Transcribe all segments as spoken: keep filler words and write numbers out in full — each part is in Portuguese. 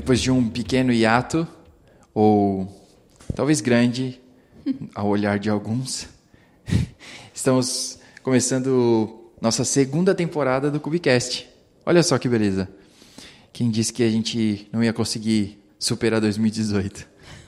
depois de um pequeno hiato, ou talvez grande, ao olhar de alguns, estamos começando nossa segunda temporada do Cubicast. Olha só que beleza. Quem disse que a gente não ia conseguir superar dois mil e dezoito?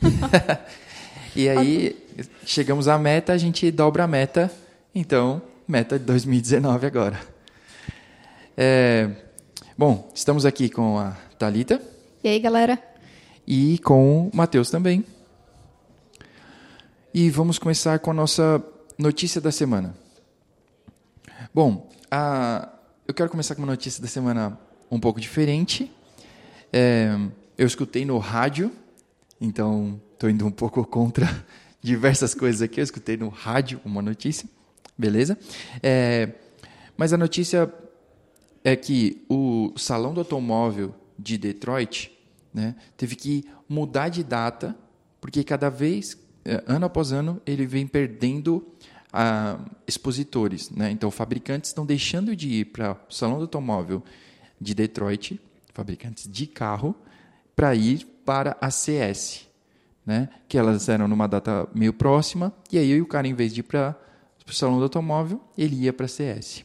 E aí, chegamos à meta, a gente dobra a meta. Então, meta de dois mil e dezenove agora. É, bom, estamos aqui com a Thalita. E aí, galera? E com o Matheus também. E vamos começar com a nossa notícia da semana. Bom, a, eu quero começar com uma notícia da semana um pouco diferente. É, eu escutei no rádio, então estou indo um pouco contra diversas coisas aqui. Eu escutei no rádio uma notícia, beleza? É, mas a notícia é que o Salão do Automóvel de Detroit, né, teve que mudar de data, porque cada vez, ano após ano, ele vem perdendo ah, expositores. Né? Então, fabricantes estão deixando de ir para o Salão do Automóvel de Detroit, fabricantes de carro, para ir para a C S, né? Que elas eram numa data meio próxima, e aí o cara, em vez de ir para o Salão do Automóvel, ele ia para a C S.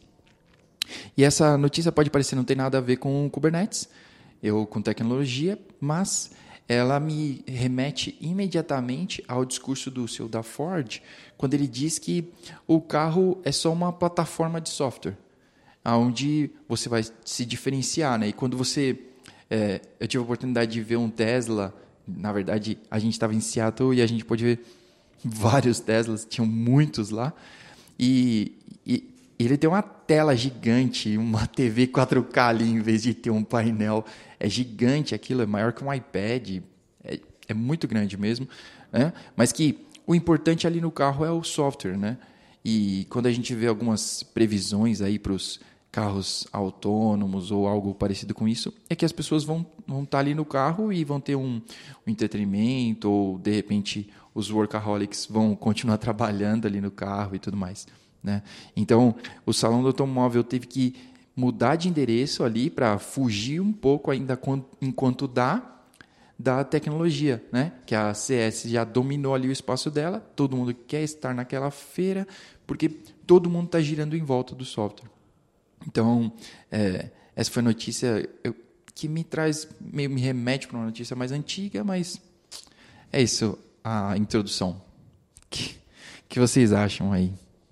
E essa notícia pode parecer não ter nada a ver com Kubernetes, eu com tecnologia, mas ela me remete imediatamente ao discurso do C E O da Ford, quando ele diz que o carro é só uma plataforma de software, onde você vai se diferenciar. Né? E quando você... É, eu tive a oportunidade de ver um Tesla, na verdade, a gente estava em Seattle e a gente pôde ver vários Teslas, tinham muitos lá, e... e ele tem uma tela gigante, uma T V quatro K ali, em vez de ter um painel. É gigante aquilo, é maior que um iPad, é, é muito grande mesmo. Né? Mas que o importante ali no carro é o software. Né? E quando a gente vê algumas previsões aí para os carros autônomos ou algo parecido com isso, é que as pessoas vão, vão estar ali no carro e vão ter um, um entretenimento, ou de repente os workaholics vão continuar trabalhando ali no carro e tudo mais. Né? Então, o Salão do Automóvel teve que mudar de endereço ali para fugir um pouco ainda enquanto dá da tecnologia, né? Que a C S já dominou ali o espaço dela, todo mundo quer estar naquela feira, porque todo mundo está girando em volta do software. Então, é, essa foi a notícia eu, que me traz, meio me remete para uma notícia mais antiga, mas é isso, a introdução. O que, que vocês acham aí?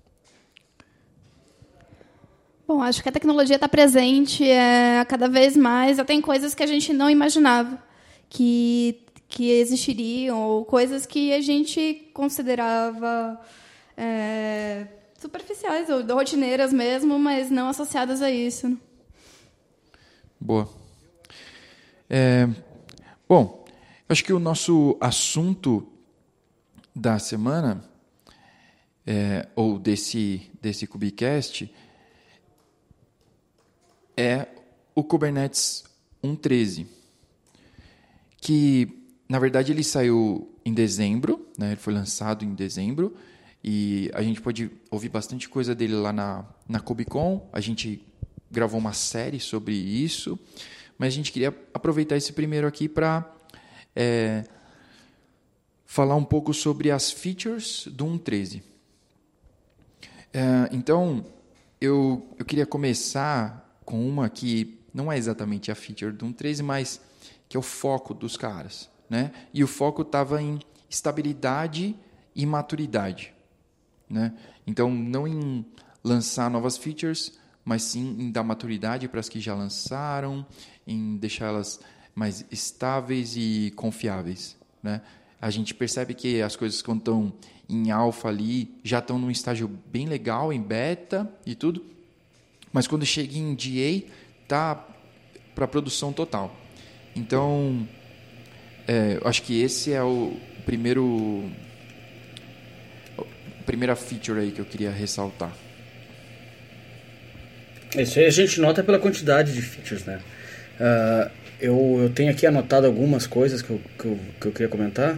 Bom, acho que a tecnologia está presente é, cada vez mais. Já tem coisas que a gente não imaginava que, que existiriam, ou coisas que a gente considerava é, superficiais, ou rotineiras mesmo, mas não associadas a isso. Né? Boa. É, bom, acho que o nosso assunto da semana, é, ou desse, desse Cubicast, é o Kubernetes um ponto treze, que, na verdade, ele saiu em dezembro, né? Ele foi lançado em dezembro, e a gente pôde ouvir bastante coisa dele lá na, na KubeCon. A gente gravou uma série sobre isso, mas a gente queria aproveitar esse primeiro aqui para é, falar um pouco sobre as features do um ponto treze. É, então, eu, eu queria começar com uma que não é exatamente a feature do um ponto treze, mas que é o foco dos caras. Né? E o foco estava em estabilidade e maturidade. Né? Então, não em lançar novas features, mas sim em dar maturidade para as que já lançaram, em deixá-las mais estáveis e confiáveis. Né? A gente percebe que as coisas, quando estão em alfa ali, já estão num estágio bem legal, em beta e tudo, mas quando chega em G A, tá para produção total. Então, é, eu acho que esse é o primeiro, a primeira feature aí que eu queria ressaltar. Isso aí a gente nota pela quantidade de features, né? Uh, eu, eu tenho aqui anotado algumas coisas que eu, que, eu, que eu queria comentar,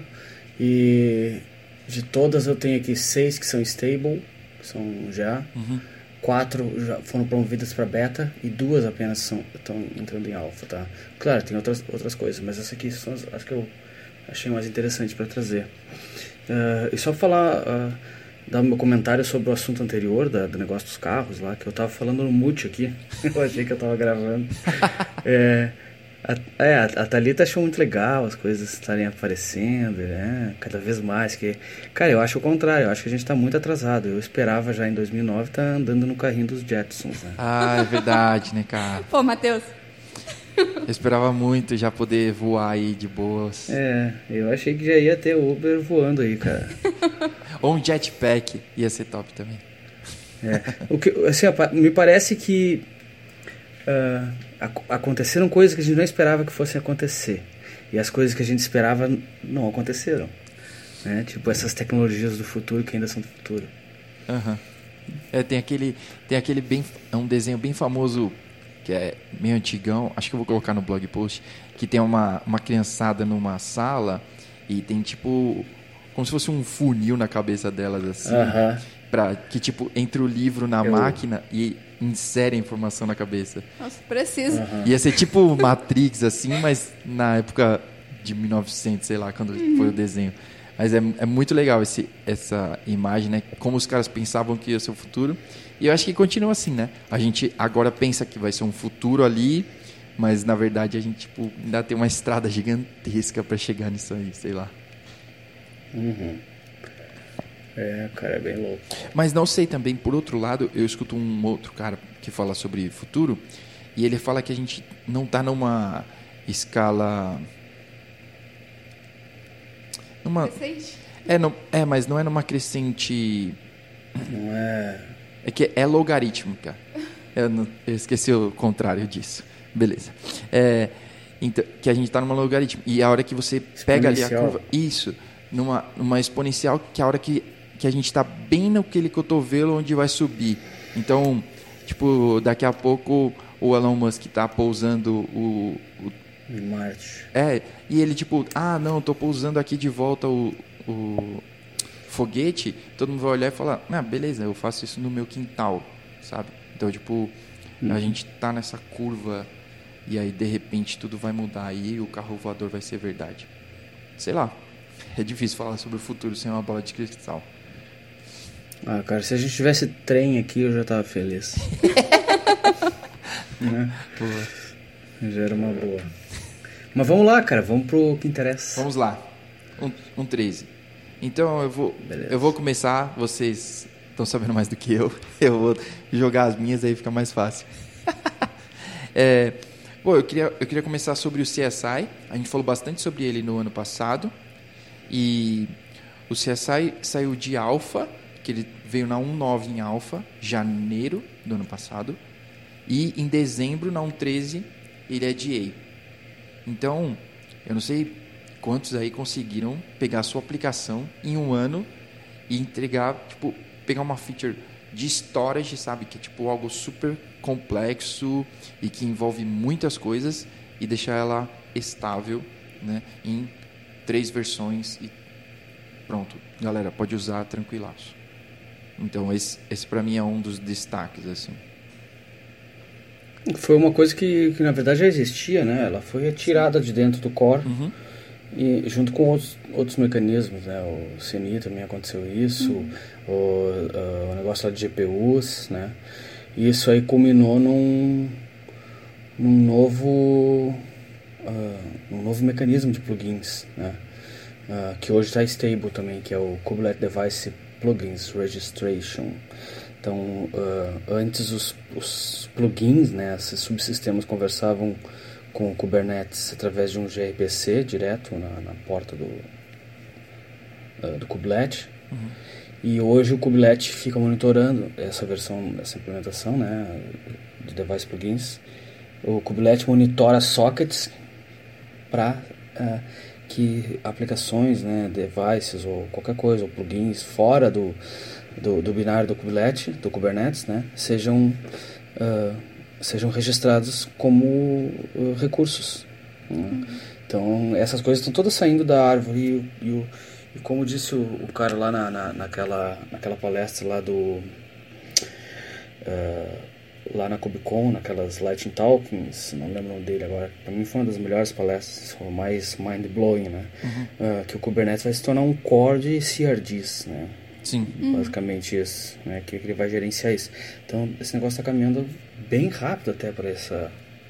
e de todas eu tenho aqui seis que são stable, que são G A, uhum. quatro já foram promovidas para beta e duas apenas são, estão entrando em alfa, tá? Claro, tem outras, outras coisas, mas essa aqui são as, acho que eu achei mais interessante para trazer. Uh, e só pra falar, uh, dar meu comentário sobre o assunto anterior, da, do negócio dos carros lá, que eu tava falando no mute aqui, eu achei que eu tava gravando. é... A, é, a Thalita achou muito legal as coisas estarem aparecendo, né? Cada vez mais. Que, cara, eu acho o contrário, eu acho que a gente tá muito atrasado. Eu esperava já em dois mil e nove estar tá andando no carrinho dos Jetsons, né? Ah, é verdade, né, cara? Pô, Matheus. Eu esperava muito já poder voar aí de boas. É, eu achei que já ia ter Uber voando aí, cara. Ou um jetpack, ia ser top também. É, o que, assim, me parece que Uh, ac- aconteceram coisas que a gente não esperava que fossem acontecer, e as coisas que a gente esperava não aconteceram, né? Tipo essas tecnologias do futuro que ainda são do futuro. Uhum. É, tem aquele, tem aquele bem, é um desenho bem famoso que é meio antigão, acho que eu vou colocar no blog post, que tem uma, uma criançada numa sala e tem tipo como se fosse um funil na cabeça delas assim, uhum. Pra, que tipo entre o livro na eu... máquina e insere a informação na cabeça. Nossa, preciso. Uhum. Ia ser tipo Matrix, assim, mas na época de mil e novecentos, sei lá, quando uhum. foi o desenho. Mas é, é muito legal esse, essa imagem, né? Como os caras pensavam que ia ser o futuro. E eu acho que continua assim, né? A gente agora pensa que vai ser um futuro ali, mas na verdade a gente tipo, ainda tem uma estrada gigantesca para chegar nisso aí, sei lá. Uhum. É, cara, é bem louco. Mas não sei também, por outro lado, eu escuto um outro cara que fala sobre futuro, e ele fala que a gente não está numa escala... Numa... Crescente? É, não, é, mas não é numa crescente... Não é... É que é logarítmica. Eu, não, eu esqueci o contrário disso. Beleza. É, então, que a gente está numa logarítmica. E a hora que você pega ali a curva... Isso, numa, numa exponencial, que a hora que... que a gente está bem naquele cotovelo onde vai subir. Então, tipo, daqui a pouco o Elon Musk está pousando o... o em Marte. É, e ele tipo, ah, não, estou pousando aqui de volta o, o foguete, todo mundo vai olhar e falar, ah, beleza, eu faço isso no meu quintal, sabe? Então, tipo, uhum. a gente tá nessa curva e aí, de repente, tudo vai mudar e o carro voador vai ser verdade. Sei lá, é difícil falar sobre o futuro sem uma bola de cristal. Ah, cara, se a gente tivesse trem aqui, eu já tava feliz. Né? Pô, já era uma boa. Mas vamos lá, cara, vamos pro que interessa. Vamos lá, um, um treze. Então eu vou, eu vou começar, vocês estão sabendo mais do que eu. Eu vou jogar as minhas, aí fica mais fácil. é, bom, eu queria, eu queria começar sobre o C S I. A gente falou bastante sobre ele no ano passado. E o C S I saiu de alfa, que ele veio na um ponto nove em alfa, janeiro do ano passado, e em dezembro, na um ponto treze, ele é de A. Então, eu não sei quantos aí conseguiram pegar a sua aplicação em um ano e entregar, tipo, pegar uma feature de storage, sabe, que é tipo algo super complexo e que envolve muitas coisas e deixar ela estável, né, em três versões e pronto, galera, pode usar tranquilaço. Então esse, esse para mim é um dos destaques, assim. Foi uma coisa que, que na verdade já existia, né? Ela foi retirada de dentro do core, uhum. e junto com outros, outros mecanismos, né? O C N I também aconteceu isso, uhum. o, o, o negócio lá de G P Us, né? E isso aí culminou num, num novo uh, um novo mecanismo de plugins, né? Uh, que hoje está stable também, que é o Kubelet Device Plugins Registration. Então, uh, antes os, os plugins, né, esses subsistemas conversavam com o Kubernetes através de um G R P C direto na, na porta do, uh, do Kubelet. Uhum. E hoje o Kubelet fica monitorando essa versão, essa implementação, né, de Device Plugins. O Kubelet monitora sockets para uh, que aplicações, né, devices ou qualquer coisa, ou plugins fora do Do, do binário do Kubelet, do Kubernetes, né, sejam, uh, sejam registrados como uh, recursos. Né? Uhum. Então, essas coisas estão todas saindo da árvore e, e, o, e como disse o, o cara lá na, na, naquela, naquela palestra lá do... uh, lá na KubeCon, naquelas Lightning Talkings, não lembro o nome dele agora, para mim foi uma das melhores palestras, mais mind-blowing, né? Uhum. Uh, que o Kubernetes vai se tornar um core de C R Ds, né? Sim. Basicamente isso, né? Que ele vai gerenciar isso. Então, esse negócio está caminhando bem rápido até para essa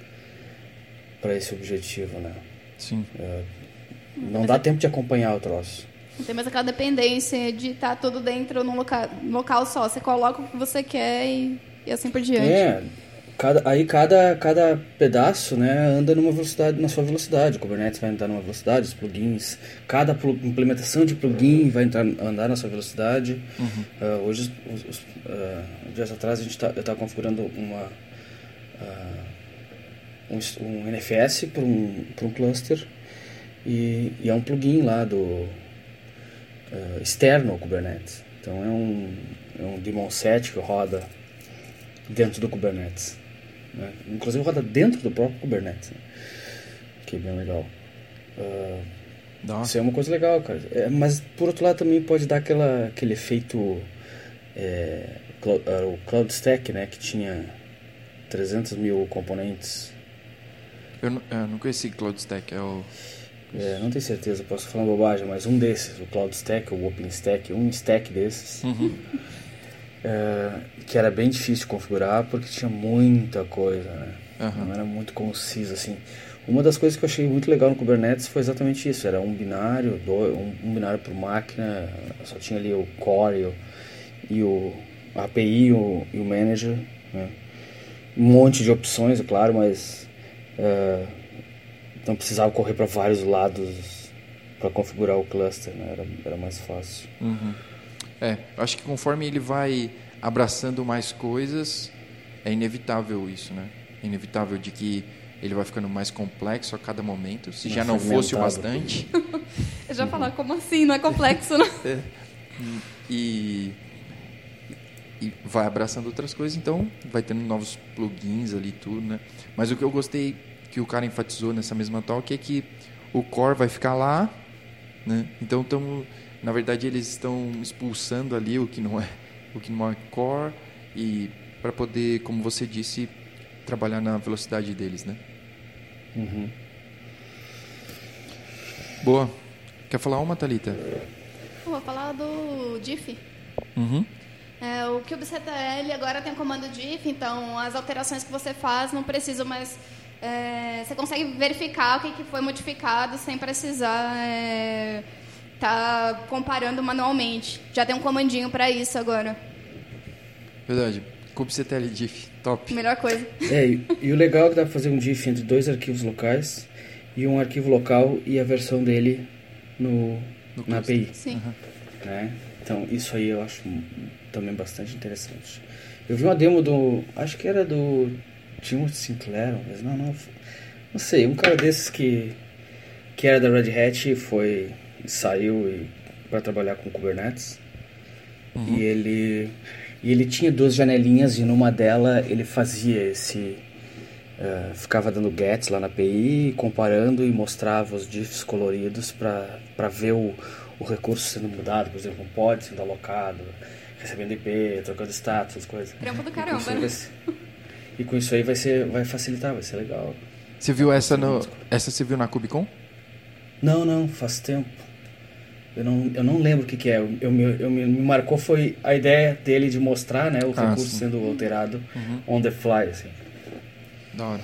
para esse objetivo, né? Sim. Uh, não Mas dá é... tempo de acompanhar o troço. Não tem mais aquela dependência de estar tá tudo dentro num local, local só. Você coloca o que você quer e, e assim por diante. É, cada, aí cada, cada pedaço, né, anda numa velocidade, na sua velocidade. O Kubernetes vai andar numa velocidade, os plugins, cada plug, implementação de plugin vai entrar, andar na sua velocidade. Uhum. Uh, hoje, os, os, uh, dias atrás, a gente tá, eu estava configurando uma, uh, um, um N F S para um, um cluster e, e é um plugin lá do... Uh, externo ao Kubernetes. Então é um, é um daemon set que roda dentro do Kubernetes, né? Inclusive roda dentro do próprio Kubernetes, né? Que é bem legal. Uh, isso é uma coisa legal, cara. É, mas por outro lado também pode dar aquela, aquele efeito é, cloud, uh, o Cloud Stack, né? Que tinha trezentos mil componentes. Eu não, eu não conheci Cloud Stack, é o... É, não tenho certeza, posso falar uma bobagem, mas um desses, o Cloud Stack, o OpenStack, um stack desses, uhum. é, que era bem difícil de configurar porque tinha muita coisa, né? Uhum. Não era muito conciso, assim. Uma das coisas que eu achei muito legal no Kubernetes foi exatamente isso, era um binário, dois, um, um binário por máquina, só tinha ali o core e o, e o a A P I e o, e o manager, né? Um monte de opções, é claro, mas... É, não precisava correr para vários lados para configurar o cluster, né? Era, era mais fácil. Uhum. É, acho que conforme ele vai abraçando mais coisas, é inevitável isso, né? É inevitável de que ele vai ficando mais complexo a cada momento, se já não fosse o bastante. Eu já uhum. falar, como assim? Não é complexo, né? É. E, e vai abraçando outras coisas, então vai tendo novos plugins ali, tudo, né? Mas o que eu gostei que o cara enfatizou nessa mesma talk é que o core vai ficar lá, né? Então tamo, na verdade eles estão expulsando ali o que não é o que não é core e para poder, como você disse, trabalhar na velocidade deles, né? Uhum. Boa. Quer falar uma, Thalita? Vou falar do diff. Uhum. É, o kubectl agora tem o comando diff, então as alterações que você faz não precisam mais... É, você consegue verificar o que, que foi modificado sem precisar estar é, tá comparando manualmente. Já tem um comandinho para isso agora. Verdade. kubectl diff, top. Melhor coisa. É, e, e o legal é que dá para fazer um diff entre dois arquivos locais e um arquivo local e a versão dele no, no na A P I. Sim. Uhum. Né? Então, isso aí eu acho também bastante interessante. Eu vi uma demo do... Acho que era do... Timothy Sinclair, mas não, não, não sei, um cara desses que, que era da Red Hat e foi, saiu para trabalhar com Kubernetes. Uhum. E ele, e ele tinha duas janelinhas e numa delas ele fazia esse, uh, ficava dando gets lá na A P I, comparando e mostrava os diffs coloridos para ver o, o recurso sendo mudado, por exemplo, um pod sendo alocado, recebendo I P, trocando status, essas coisas. Trampo do caramba, né? E com isso aí vai, ser, vai facilitar, vai ser legal. Você viu essa no... Essa você viu na KubeCon? Não, não, faz tempo. Eu não, eu não lembro o que, que é. Eu, eu, eu, me, me marcou foi a ideia dele de mostrar, né, o ah, recurso sim. sendo alterado uhum. on the fly, assim. Da hora.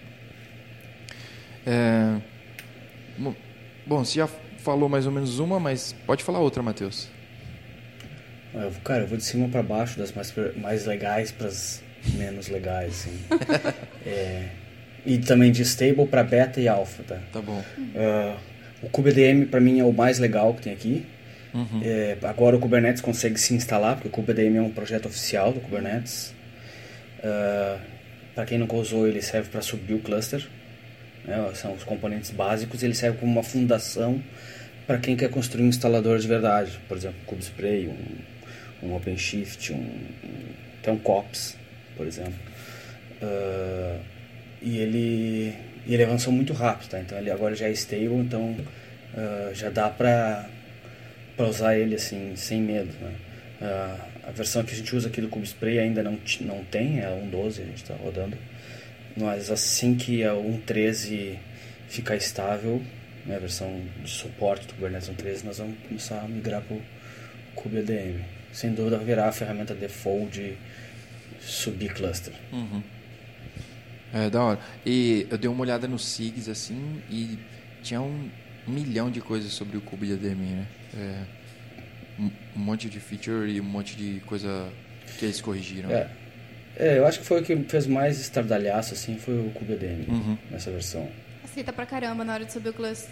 É... Bom, você já falou mais ou menos uma, mas pode falar outra, Matheus. Eu, cara, eu vou de cima para baixo, das mais, mais legais para as menos legais, assim. é, e também de stable para beta e alpha, tá? Tá bom. Uh, o KubeDM para mim é o mais legal que tem aqui. Uhum. É, agora o Kubernetes consegue se instalar, porque o KubeDM é um projeto oficial do Kubernetes. Uh, para quem nunca usou, ele serve para subir o cluster. Né? São os componentes básicos, ele serve como uma fundação para quem quer construir um instalador de verdade. Por exemplo, um KubeSpray, um, um OpenShift, um, um, até um Kops, por exemplo. Uh, e ele, ele avançou muito rápido, tá? Então ele agora já é stable, então uh, já dá para para usar ele assim sem medo, né? Uh, a versão que a gente usa aqui do CubeSpray ainda não, não tem, é a um ponto doze, a gente está rodando. Mas assim que a um ponto treze ficar estável, né, a versão de suporte do Kubernetes um ponto treze, nós vamos começar a migrar para o KubeADM. Sem dúvida haverá a ferramenta default de subir cluster. Uhum. É, da hora. E eu dei uma olhada no SIGs, assim, e tinha um milhão de coisas sobre o KubeADM, né? É, um, um monte de feature e um monte de coisa que eles corrigiram. É, é eu acho que foi o que fez mais estardalhaço, assim, foi o KubeADM, uhum. nessa versão. Aceita pra caramba na hora de subir o cluster.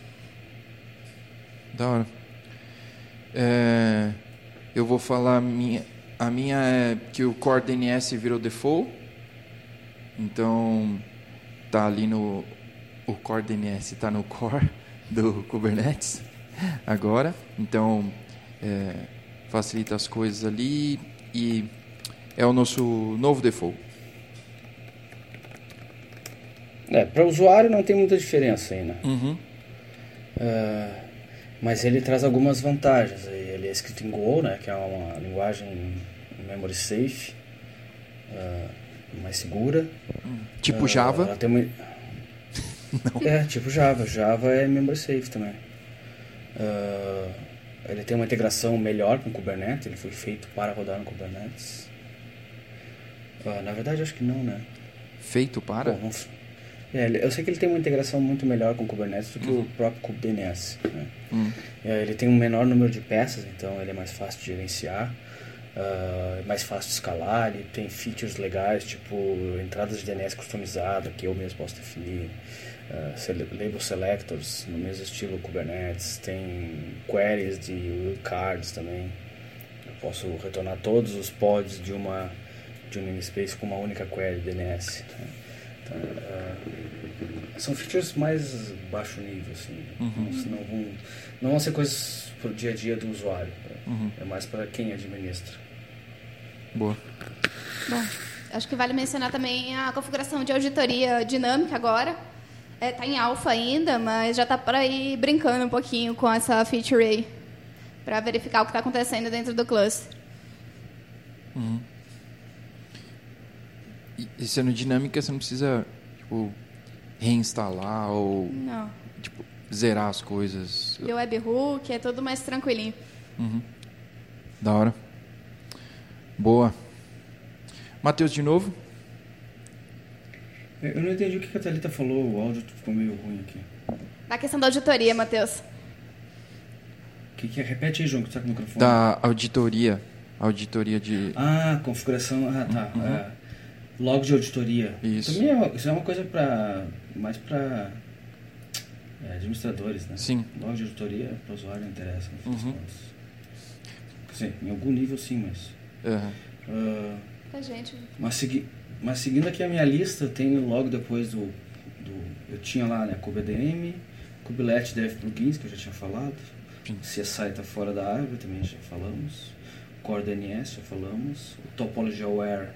Da hora. É, eu vou falar a minha, a minha é que o Core D N S virou default. Então tá ali no o Core D N S tá no core do Kubernetes agora. Então é, facilita as coisas ali e é o nosso novo default. É, para o usuário não tem muita diferença ainda. Uhum. Uh, mas ele traz algumas vantagens. Ele é escrito em Go, né, que é uma linguagem memory safe, uh, mais segura. Tipo uh, Java? Ela tem uma... Não. É, tipo Java. Java é memory safe também. Uh, ele tem uma integração melhor com o Kubernetes. Ele foi feito para rodar no Kubernetes. Uh, na verdade, acho que não, né? Feito para? Bom, não... É, eu sei que ele tem uma integração muito melhor com o Kubernetes do que uhum. o próprio KubeDNS. Né? Uhum. É, ele tem um menor número de peças, então ele é mais fácil de gerenciar, uh, é mais fácil de escalar, ele tem features legais, tipo entradas de D N S customizada, que eu mesmo posso definir, uh, sele- label selectors, no mesmo estilo Kubernetes, tem queries de wildcards também. Eu posso retornar todos os pods de uma de um namespace com uma única query D N S. Né? Então, uh, são features mais baixo nível, assim. Uhum. Não, não, vão, não vão ser coisas pro dia a dia do usuário. Uhum. É mais para quem administra. Boa. Bom, acho que vale mencionar também a configuração de auditoria dinâmica agora. Está é, tá em alpha ainda, mas já está para ir brincando um pouquinho com essa feature aí, para verificar o que está acontecendo dentro do cluster. Uhum. E sendo dinâmica, você não precisa tipo, reinstalar ou não. Tipo, zerar as coisas. E o webhook é tudo mais tranquilinho. Uhum. Da hora. Boa. Matheus, de novo? Eu não entendi o que a Thalita falou, o áudio ficou meio ruim aqui. Da questão da auditoria, Matheus. Que que é? Repete aí, João, que tá com o microfone. Da auditoria. Auditoria de... Ah, configuração... Ah, tá. Uhum. É. Log de auditoria. Isso. Também é, isso é uma coisa para mais para é, administradores, né? Sim. Log de auditoria para o usuário não interessa. Uhum. Sim, em algum nível sim, mas... Uhum. Uh, Pra gente. Mas, segui, mas seguindo aqui a minha lista, tem logo depois do... do eu tinha lá, né? KubeADM, Kubelet Dev Plugins, que eu já tinha falado. Sim. C S I está fora da árvore, também já falamos. Core D N S, já falamos. O Topology Aware...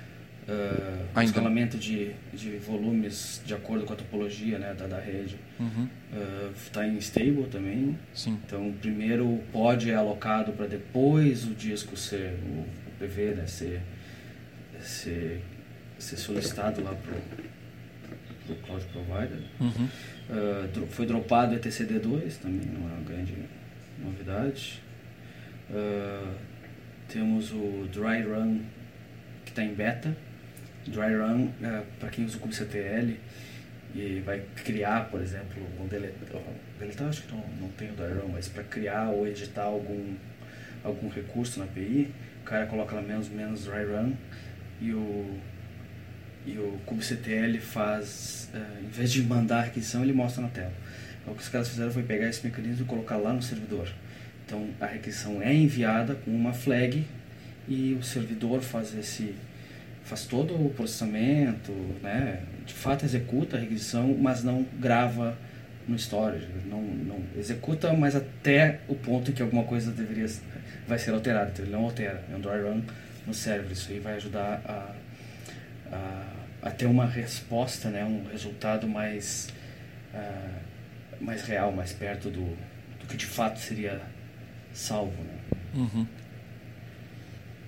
Uh, escalamento de, de volumes de acordo com a topologia, né, da, da rede. Está uhum. uh, em stable também. Sim. Então, o primeiro pod é alocado para depois o disco ser, o, o P V, né, ser, ser, ser solicitado lá para o Cloud Provider. Uhum. Uh, foi dropado o E T C D dois, também não é uma grande novidade. Uh, temos o Dry Run, que está em beta. Dry Run, uh, para quem usa o kubectl e vai criar, por exemplo, um deletar, deletar acho que não, não tem o Dry Run, mas para criar ou editar algum, algum recurso na A P I, o cara coloca lá menos, menos Dry Run e o, e o kubectl faz, uh, em vez de mandar a requisição, ele mostra na tela. Então, o que os caras fizeram foi pegar esse mecanismo e colocar lá no servidor. Então, a requisição é enviada com uma flag e o servidor faz esse faz todo o processamento, né? De fato executa a requisição, mas não grava no storage, não, não executa, mas até o ponto em que alguma coisa deveria vai ser alterada, então ele não altera, é um dry run no server. Isso aí vai ajudar a, a, a ter uma resposta, né? Um resultado mais uh, mais real, mais perto do, do que de fato seria salvo, né? Uhum.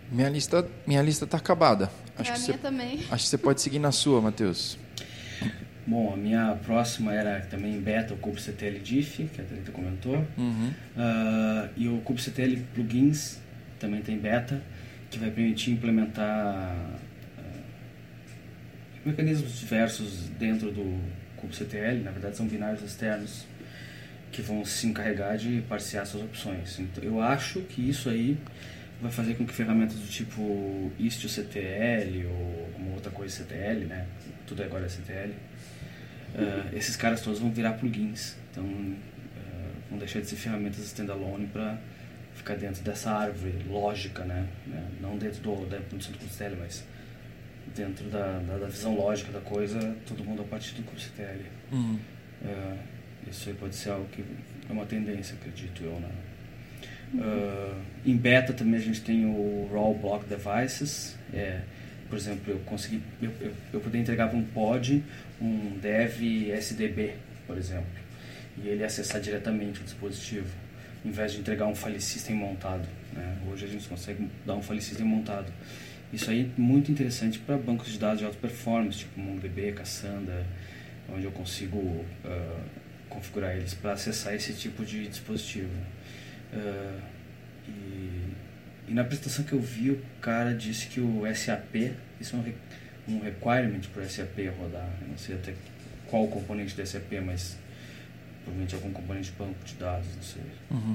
Minha lista, minha lista tá acabada. Acho É, a que minha você, também. acho que você pode seguir na sua, Matheus. Bom, a minha próxima era também em beta, o kubectl diff, que a Thalita comentou. Uhum. Uh, e o kubectl plugins também tem beta, que vai permitir implementar uh, mecanismos diversos dentro do kubectl. Na verdade, são binários externos que vão se encarregar de parsear suas opções. Então, eu acho que isso aí vai fazer com que ferramentas do tipo istio-ctl ou alguma outra coisa C T L, né? Tudo agora é C T L. Uh, esses caras todos vão virar plugins. Então, uh, vão deixar de ser ferramentas standalone para ficar dentro dessa árvore lógica, né? Não dentro do, da produção do kubectl, mas dentro da, da, da visão lógica da coisa, todo mundo a partir do kubectl. Uhum. Uh, isso aí pode ser algo que é uma tendência, acredito eu, né? Uh, em beta também a gente tem o Raw Block Devices. É, por exemplo, eu consegui eu, eu, eu poder entregar para um pod um dev S D B, por exemplo, e ele acessar diretamente o dispositivo, em vez de entregar um file system montado, né? Hoje a gente consegue dar um file system montado. Isso aí é muito interessante para bancos de dados de alta performance, tipo MongoDB, Cassandra, onde eu consigo uh, configurar eles para acessar esse tipo de dispositivo. Uh, e, e na apresentação que eu vi, o cara disse que o S A P, isso é um, re, um requirement para o S A P rodar. Eu não sei até qual o componente do S A P, mas provavelmente algum componente de banco de dados, não sei. Uhum.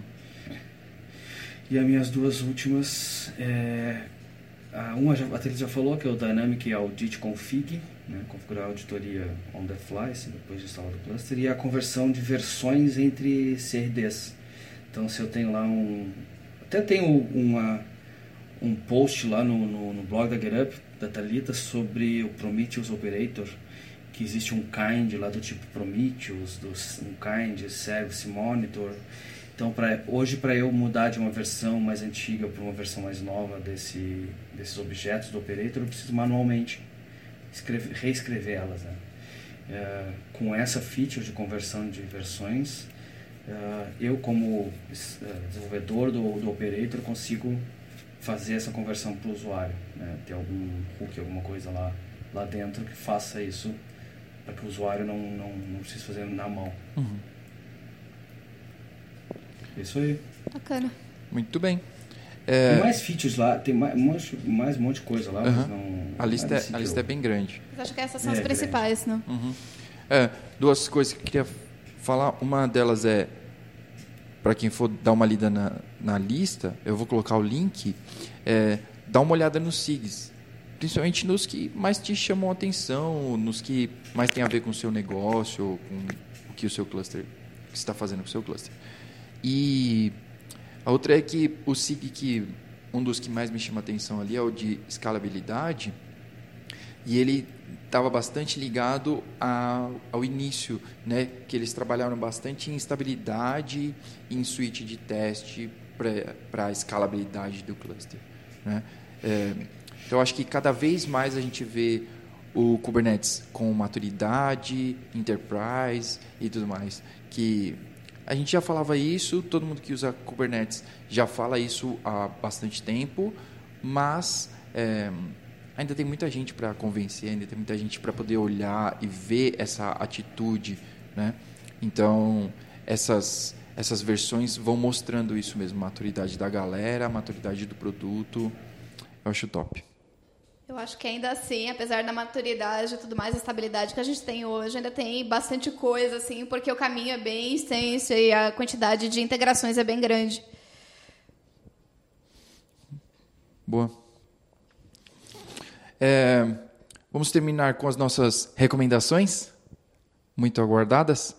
E as minhas duas últimas, é, a uma já, a Thalita já falou, que é o Dynamic Audit Config, né, configurar a auditoria on the fly, assim, depois de instalar o cluster, e a conversão de versões entre C R Ds. Então, se eu tenho lá um... Até tenho uma, um post lá no, no, no blog da GetUp, da Thalita, sobre o Prometheus Operator, que existe um kind lá do tipo Prometheus, do, um kind Service Monitor. Então, pra, hoje, para eu mudar de uma versão mais antiga para uma versão mais nova desse, desses objetos do Operator, eu preciso manualmente escrever, reescrever elas. Né? É, com essa feature de conversão de versões, Uh, eu como uh, desenvolvedor do, do Operator consigo fazer essa conversão para o usuário, né? Ter algum hook, alguma coisa lá, lá dentro que faça isso para que o usuário não, não, não precise fazer na mão. Uhum. Isso aí. Bacana. Muito bem. É... Tem mais features lá, tem mais, mais um monte de coisa lá. Uhum. Mas não, a lista, é, a lista eu... é bem grande. Mas acho que essas são é, as principais, grande. não? Uhum. É, duas coisas que eu queria falar. Uma delas é, para quem for dar uma lida na, na lista, eu vou colocar o link, é, dá uma olhada nos S I Gs, principalmente nos que mais te chamam a atenção, nos que mais tem a ver com o seu negócio, com o que o seu cluster, o que você está fazendo com o seu cluster. E a outra é que o S I G que um dos que mais me chama a atenção ali é o de escalabilidade, e ele estava bastante ligado a, ao início, né, que eles trabalharam bastante em estabilidade e em suíte de teste para a escalabilidade do cluster. Né? É, então, acho que cada vez mais a gente vê o Kubernetes com maturidade, enterprise e tudo mais. Que a gente já falava isso, todo mundo que usa Kubernetes já fala isso há bastante tempo, mas... É, ainda tem muita gente para convencer, ainda tem muita gente para poder olhar e ver essa atitude, né? Então, essas, essas versões vão mostrando isso mesmo, a maturidade da galera, a maturidade do produto. Eu acho top. Eu acho que ainda assim, apesar da maturidade e tudo mais, a estabilidade que a gente tem hoje, ainda tem bastante coisa, assim, porque o caminho é bem extenso e a quantidade de integrações é bem grande. Boa. É, vamos terminar com as nossas recomendações, muito aguardadas.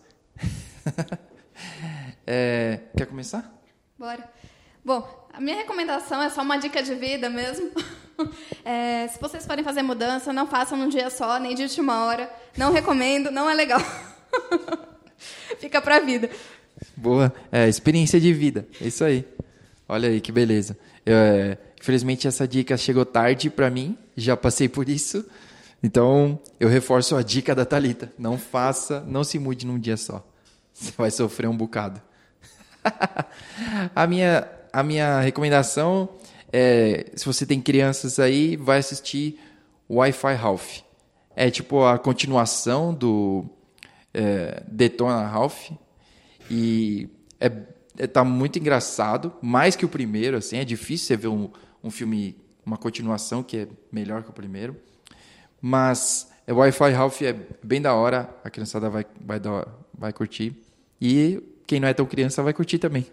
é, quer começar? Bora. Bom, a minha recomendação é só uma dica de vida mesmo. É, se vocês forem fazer mudança, não façam num dia só, nem de última hora. Não recomendo, não é legal. Fica pra vida. Boa. É, experiência de vida. É isso aí. Olha aí, que beleza. Eu, é, infelizmente, essa dica chegou tarde para mim. Já passei por isso. Então, eu reforço a dica da Thalita. Não faça, não se mude num dia só. Você vai sofrer um bocado. a, minha, a minha recomendação é, se você tem crianças aí, vai assistir Wi-Fi Ralph. É tipo a continuação do é, Detona Ralph. E é, é, tá muito engraçado, mais que o primeiro. Assim, é difícil você ver um, um filme, uma continuação que é melhor que o primeiro. Mas é, Wi-Fi Ralph é bem da hora, a criançada vai, vai, dar, vai curtir. E quem não é tão criança vai curtir também.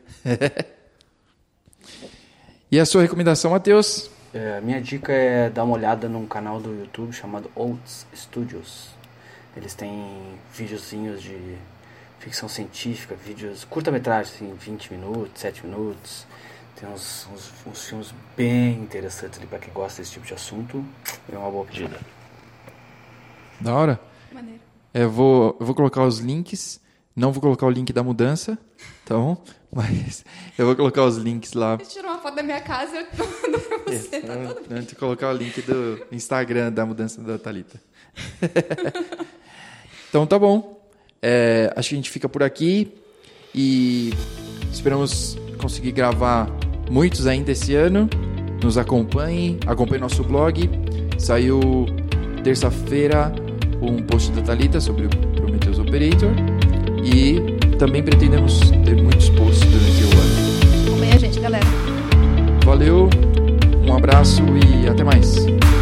E a sua recomendação, Matheus? É, a minha dica é dar uma olhada num canal do YouTube chamado Oats Studios. Eles têm videozinhos de ficção científica, vídeos curta-metragem, assim, vinte minutos, sete minutos. Tem uns, uns, uns filmes bem interessantes ali para quem gosta desse tipo de assunto. É uma boa pedida. Da hora. Maneiro. Eu vou, eu vou colocar os links. Não vou colocar o link da mudança, então, mas eu vou colocar os links lá. Você tirou uma foto da minha casa e eu mando pra você. É, tá eu, tudo bem. antes de colocar o link do Instagram da mudança da Thalita. Então tá bom. É, acho que a gente fica por aqui e esperamos conseguir gravar muitos ainda esse ano. Nos acompanhem, acompanhem nosso blog. Saiu terça-feira um post da Thalita sobre o Prometheus Operator. E também pretendemos ter muitos posts durante o ano. Acompanha a gente, galera. Valeu, um abraço e até mais.